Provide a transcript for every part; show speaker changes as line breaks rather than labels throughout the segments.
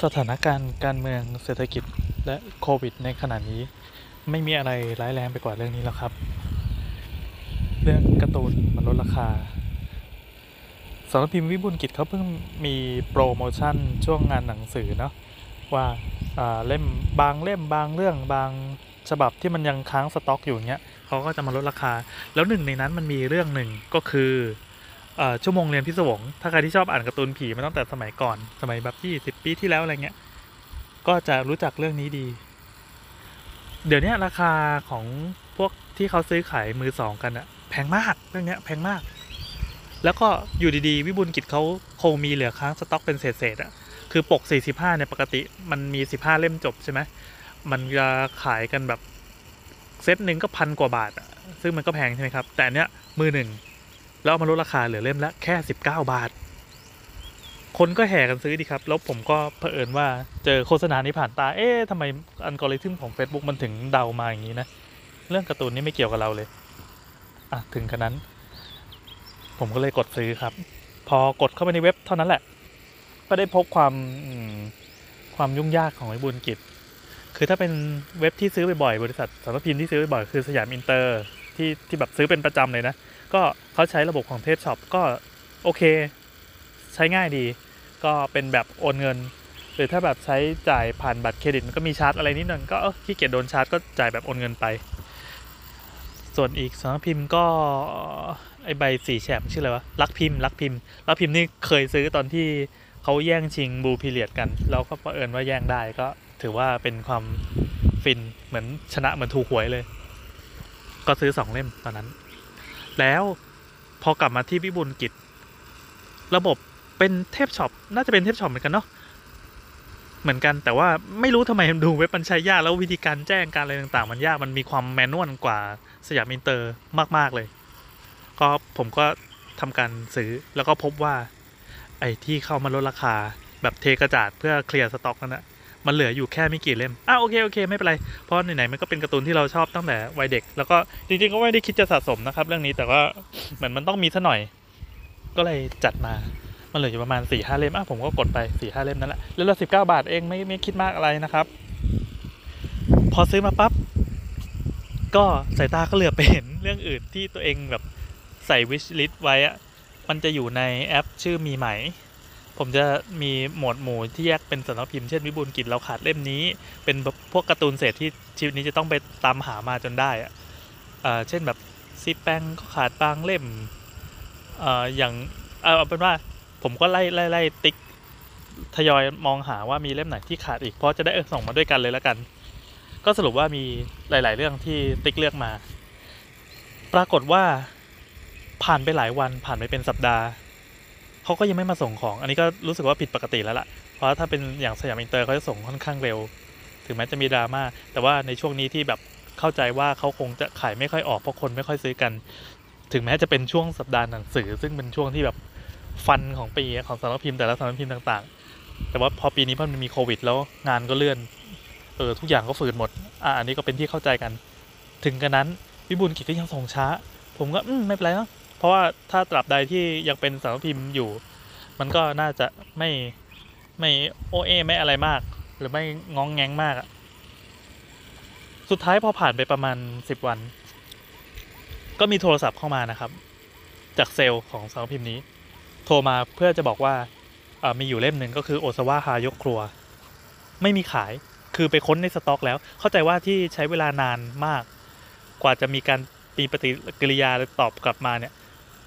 สถานการณ์การเมืองเศรษฐกิจและโควิดในขณะนี้ไม่มีอะไรร้ายแรงไปกว่าเรื่องนี้แล้วครับเรื่องการ์ตูนมันลดราคาสำนักพิมพ์วิบูลย์กิจเขาเพิ่งมีโปรโมชั่นช่วงงานหนังสือเนาะว่าเล่มบางเรื่องบางฉบับที่มันยังค้างสต็อกอยู่เงี้ยเขาก็จะมาลดราคาแล้วหนึ่งในนั้นมันมีเรื่องหนึ่งก็คือชั่วโมงเรียนพิศวงถ้าใครที่ชอบอ่านการ์ตูนผีมาตั้งแต่สมัยก่อนสมัยแบบ20 ปีที่แล้วอะไรเงี้ยก็จะรู้จักเรื่องนี้ดีเดี๋ยวนี้ราคาของพวกที่เขาซื้อขายมือสองกันอะแพงมากเรื่องนี้แพงมากแล้วก็อยู่ดีๆวิบูลย์กิจเขาคงมีเหลือค้างสต็อกเป็นเศษๆอะคือปก45เนี่ยปกติมันมี15เล่มจบใช่ไหมมันจะขายกันแบบเซตหนึ่งก็1,000 กว่าบาทอะซึ่งมันก็แพงใช่ไหมครับแต่เนี้ยมือหนึ่งแล้วเอามาลดราคาเหลือเล่มละแค่19 บาทคนก็แห่กันซื้อดีครับแล้วผมก็เผอิญว่าเจอโฆษณานี้ผ่านตาทำไมอัลกอริทึมของ Facebook มันถึงเดามาอย่างนี้นะเรื่องการ์ตูนนี่ไม่เกี่ยวกับเราเลยถึงขนาดนั้นผมก็เลยกดซื้อครับพอกดเข้าไปในเว็บเท่านั้นแหละก็ได้พบความยุ่งยากของวิบูลย์กิจคือถ้าเป็นเว็บที่ซื้อบ่อยๆบริษัทสำนักพิมพ์ที่ซื้อบ่อยๆคือสยามอินเตอร์ที่แบบซื้อเป็นประจำเลยนะก็เขาใช้ระบบของเทสช็อปก็โอเคใช้ง่ายดีก็เป็นแบบโอนเงินหรือถ้าแบบใช้จ่ายผ่านบัตรเครดิตมันก็มีชาร์จอะไรนิดหน่อยก็ขี้เกียจโดนชาร์จก็จ่ายแบบโอนเงินไปส่วนอีกสำนักพิมพ์ก็ไอใบสีแฉกชื่ออะไรวะลักพิมพ์นี่เคยซื้อตอนที่เขาแย่งชิงบูพีเรียดกันแล้วก็เผอิญว่าแย่งได้ก็ถือว่าเป็นความฟินเหมือนชนะเหมือนถูกหวยเลยก็ซื้อ2 เล่มตอนนั้นแล้วพอกลับมาที่วิบูลย์กิจระบบเป็นเทพช็อปน่าจะเป็นเทพช็อปเหมือนกันเนาะเหมือนกันแต่ว่าไม่รู้ทำไมดูเว็บมันใช้ยากแล้ววิธีการแจ้งการอะไรต่างๆมันยากมันมีความแมนนวลกว่าสยามอินเตอร์มากๆเลยก็ผมก็ทำการซื้อแล้วก็พบว่าไอ้ที่เข้ามาลดราคาแบบเทกระจาดเพื่อเคลียร์สต็อกนั่นนะมันเหลืออยู่แค่ไม่กี่เล่มโอเคไม่เป็นไรเพราะไหนๆมันก็เป็นการ์ตูนที่เราชอบตั้งแต่วัยเด็กแล้วก็จริงๆก็ไม่ได้คิดจะสะสมนะครับเรื่องนี้แต่ว่าเหมือนมันต้องมีซะหน่อยก็เลยจัดมามันเหลืออยู่ประมาณ4-5เล่มผมก็กดไป4-5เล่มนั่นแหละเล่มละ19 บาทเองไม่คิดมากอะไรนะครับพอซื้อมาปั๊บก็สายตาก็เหลือบไปเห็นเรื่องอื่นที่ตัวเองแบบใส่ wish list ไว้อะมันจะอยู่ในแอปชื่อมีไหมผมจะมีหมวดหมู่ที่แยกเป็นสำนักพิมพ์เช่นวิบูลย์กิจเราขาดเล่มนี้เป็นพวกการ์ตูนเศษที่ชีวิตนี้จะต้องไปตามหามาจนได้อะเช่นแบบซีแปงก็ขาดบางเล่มอย่างเอาเป็นว่าผมก็ไล่ติ๊กทยอยมองหาว่ามีเล่มไหนที่ขาดอีกเพราะจะได้ส่งมาด้วยกันเลยแล้วกันก็สรุปว่ามีหลายๆเรื่องที่ติ๊กเลือกมาปรากฏว่าผ่านไปหลายวันผ่านไปเป็นสัปดาห์เขาก็ยังไม่มาส่งของอันนี้ก็รู้สึกว่าผิดปกติแล้วล่ะเพราะถ้าเป็นอย่างสยามอินเตอร์เขาจะส่งค่อนข้างเร็วถึงแม้จะมีดราม่าแต่ว่าในช่วงนี้ที่แบบเข้าใจว่าเขาคงจะขายไม่ค่อยออกเพราะคนไม่ค่อยซื้อกันถึงแม้จะเป็นช่วงสัปดาห์หนังสือซึ่งเป็นช่วงที่แบบฟันของปีของสำนักพิมพ์แต่ละสำนักพิมพ์ต่างๆแต่ว่าพอปีนี้มันมีโควิดแล้วงานก็เลื่อนทุกอย่างก็ฝืนหมดอันนี้ก็เป็นที่เข้าใจกันถึงกันนั้นวิบูลย์กิจก็ยังส่งช้าผมก็ไม่เป็นไรนะเพราะว่าถ้าตราบใดที่ยังเป็นสำนักพิมพ์อยู่มันก็น่าจะไม่โอไม่อะไรมากหรือไม่งองแงงมากสุดท้ายพอผ่านไปประมาณ10 วันก็มีโทรศัพท์เข้ามานะครับจากเซลล์ของสำนักพิมพ์นี้โทรมาเพื่อจะบอกว่ามีอยู่เล่มหนึ่งก็คือโอซาวะฮายกครัวไม่มีขายคือไปค้นในสต็อกแล้วเข้าใจว่าที่ใช้เวลานานมากกว่าจะมีการมีปฏิกิริยาตอบกลับมาเนี่ย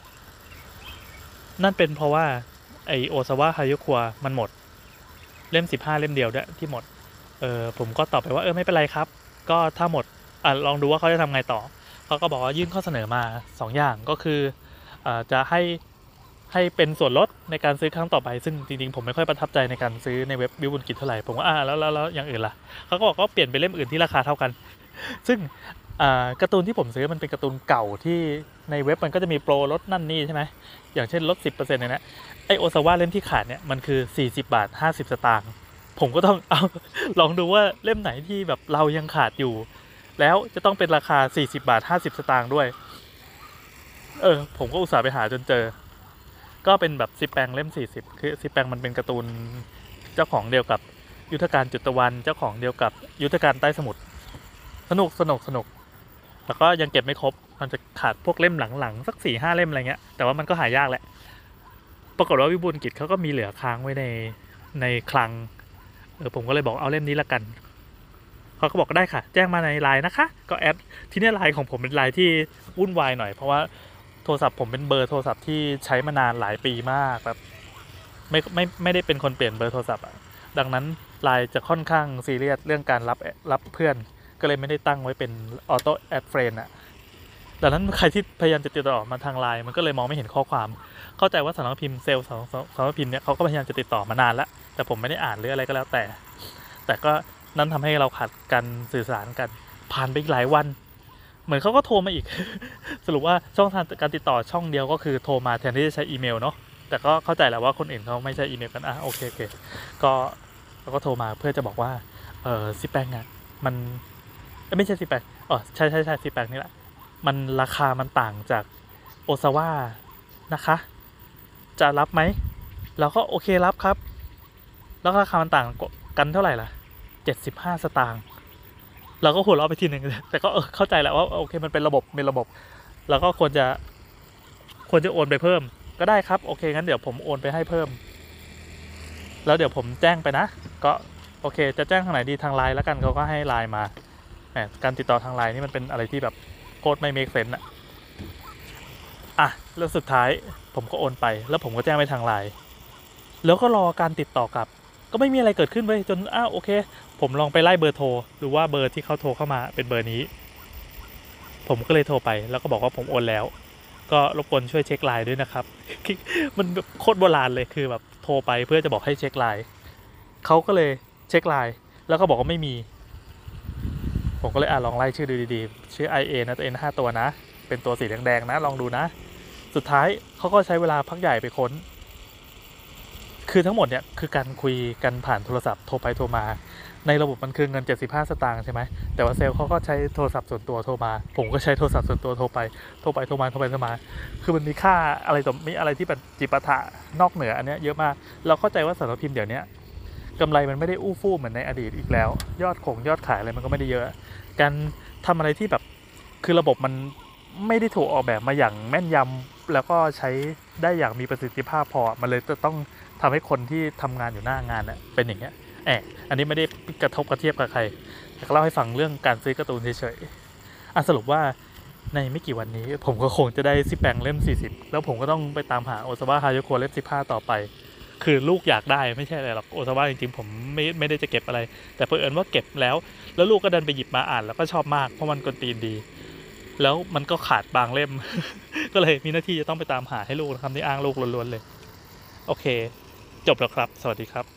นั่นเป็นเพราะว่าไอโอซาวะฮายกครัวมันหมดเล่ม15เล่มเดียวด้วยที่หมดผมก็ตอบไปว่าไม่เป็นไรครับก็ถ้าหมดลองดูว่าเขาจะทำไงต่อเขาก็บอกว่ายื่นข้อเสนอมา2 อย่างก็คือจะให้เป็นส่วนลดในการซื้อครั้งต่อไปซึ่งจริงๆผมไม่ค่อยประทับใจในการซื้อในเว็บวิบูลย์กิจเท่าไหร่ผมว่าแล้วอย่างอื่นล่ะเขาก็บอกก็เปลี่ยนไปเล่มอื่นที่ราคาเท่ากันซึ่งการ์ตูนที่ผมซื้อมันเป็นการ์ตูนเก่าที่ในเว็บมันก็จะมีโปรลดนั่นนี่ใช่ไหมอย่างเช่นลด 10% เนี่ยนะไอโอซาวะเล่มที่ขาดเนี่ยมันคือ40 บาท 50 สตางค์ผมก็ต้องลองดูว่าเล่มไหนที่แบบเรายังขาดอยู่แล้วจะต้องเป็นราคา40 บาท 50 สตางค์ด้วยผมก็อุตส่าห์ไปหาจนเจอก็เป็นแบบซิปแปงเล่ม40คือซิปแปงมันเป็นการ์ตูนเจ้าของเดียวกับยุทธการจุดตะวันเจ้าของเดียวกับยุทธการใต้สมุทรสนุกแล้วก็ยังเก็บไม่ครบมันจะขาดพวกเล่มหลังๆสัก4-5 เล่มอะไรเงี้ยแต่ว่ามันก็หายากแหละปรากฏว่าวิบูลย์กิจเขาก็มีเหลือค้างไว้ในคลังผมก็เลยบอกเอาเล่มนี้ละกันเขาก็บอกได้ค่ะแจ้งมาในไลน์นะคะก็แอดที่นี่ไลน์ของผมเป็นไลน์ที่วุ่นวายหน่อยเพราะว่าโทรศัพท์ผมเป็นเบอร์โทรศัพท์ที่ใช้มานานหลายปีมากแบบไม่ได้เป็นคนเปลี่ยนเบอร์โทรศัพท์ดังนั้นไลน์จะค่อนข้างซีเรียสเรื่องการรับเพื่อนก็เลยไม่ได้ตั้งไว้เป็นออโต้แอดเฟรนด์ดังนั้นใครที่พยายามจะติดต่อมาทางไลน์มันก็เลยมองไม่เห็นข้อความเข้าใจว่าสำนักพิมพ์เซลล์สำนักพิมพ์เนี่ยเขาก็พยายามจะติดต่อมานานแล้วแต่ผมไม่ได้อ่านหรืออะไรก็แล้วแต่ก็นั่นทำให้เราขาดการสื่อสารกันผ่านไปอีกหลายวันเหมือนเขาก็โทรมาอีก สรุปว่าช่องทางการติดต่อช่องเดียวก็คือโทรมาแทนที่จะใช้อีเมลเนาะแต่ก็เข้าใจแหละว่าคนอื่นเขาไม่ใช่อีเมลกันโอเคก็เราก็โทรมาเพื่อจะบอกว่าซิแปงมันไม่ใช่ซิแปงใช่ซิแปงนี่แหละมันราคามันต่างจากโอซาว่านะคะจะรับไหมเราก็โอเครับครับแล้วราคามันต่างกันเท่าไหร่ล่ะ75 สตางค์เราก็หัวเราะไปทีนึงแต่ก็เข้าใจแหละว่าโอเคมันเป็นระบบเราก็ควรจะโอนไปเพิ่มก็ได้ครับโอเคงั้นเดี๋ยวผมโอนไปให้เพิ่มแล้วเดี๋ยวผมแจ้งไปนะก็โอเคจะแจ้งทางไหนดีทางไลน์แล้วกันเขาก็ให้ไลน์มาการติดต่อทางไลน์นี่มันเป็นอะไรที่แบบโคตรไม่เมคเซนส์แล้วสุดท้ายผมก็โอนไปแล้วผมก็แจ้งไปทางไลน์แล้วก็รอการติดต่อกลับก็ไม่มีอะไรเกิดขึ้นเลยจนโอเคผมลองไปไล่เบอร์โทรดูว่าเบอร์ที่เขาโทรเข้ามาเป็นเบอร์นี้ผมก็เลยโทรไปแล้วก็บอกว่าผมโอนแล้วก็รบกวนช่วยเช็คไลน์ด้วยนะครับ มันแบบโคตรโบราณเลยคือแบบโทรไปเพื่อจะบอกให้เช็คไลน์เขาก็เลยเช็คไลน์แล้วก็บอกว่าไม่มีผมก็เลยลองไล่ชื่อดูดีๆชื่อ IA นะตัว N 5 ตัวนะเป็นตัวสีแดงๆนะลองดูนะสุดท้ายเขาก็ใช้เวลาพักใหญ่ไปค้นคือทั้งหมดเนี่ยคือการคุยกันผ่านโทรศัพท์โทรไปโทรมาในระบบมันคือเงิน75 สตางค์ใช่ไหมแต่ว่าเซลล์เขาก็ใช้โทรศัพท์ส่วนตัวโทรมาผมก็ใช้โทรศัพท์ส่วนตัวโทรไปโทรมาคือมันมีค่าอะไรต่อมีอะไรที่เป็นจิปาถะนอกเหนืออันเนี้ยเยอะมากเราเข้าใจว่าสำนักพิมพ์เดี๋ยวนี้กำไรมันไม่ได้อู้ฟู่เหมือนในอดีตอีกแล้วยอดขายอะไรมันก็ไม่ได้เยอะการทำอะไรที่แบบคือระบบมันไม่ได้ถูกออกแบบมาอย่างแม่นยำแล้วก็ใช้ได้อย่างมีประสิทธิภาพพอมันเลยจะต้องทำให้คนที่ทำงานอยู่หน้างานเป็นอย่างเงี้ยอันนี้ไม่ได้กระทบกระเทียบกับใครแต่เล่าให้ฟังเรื่องการซื้อการ์ตูนเฉยๆสรุปว่าในไม่กี่วันนี้ผมก็คงจะได้ซิแปงเล่ม40แล้วผมก็ต้องไปตามหาโอซาวะฮาโยโกะเล่ม15ต่อไปคือลูกอยากได้ไม่ใช่อะไรหรอกโอซาวะจริงๆผมไม่ได้จะเก็บอะไรแต่เผอิญว่าเก็บแล้วลูกก็เดินไปหยิบมาอ่านแล้วก็ชอบมากเพราะมันกวนตีนดีแล้วมันก็ขาดบางเล่ม ก็เลยมีหน้าที่จะต้องไปตามหาให้ลูกคำที่อ้างลูกล้วนๆเลยโอเคจบแล้วครับสวัสดีครับ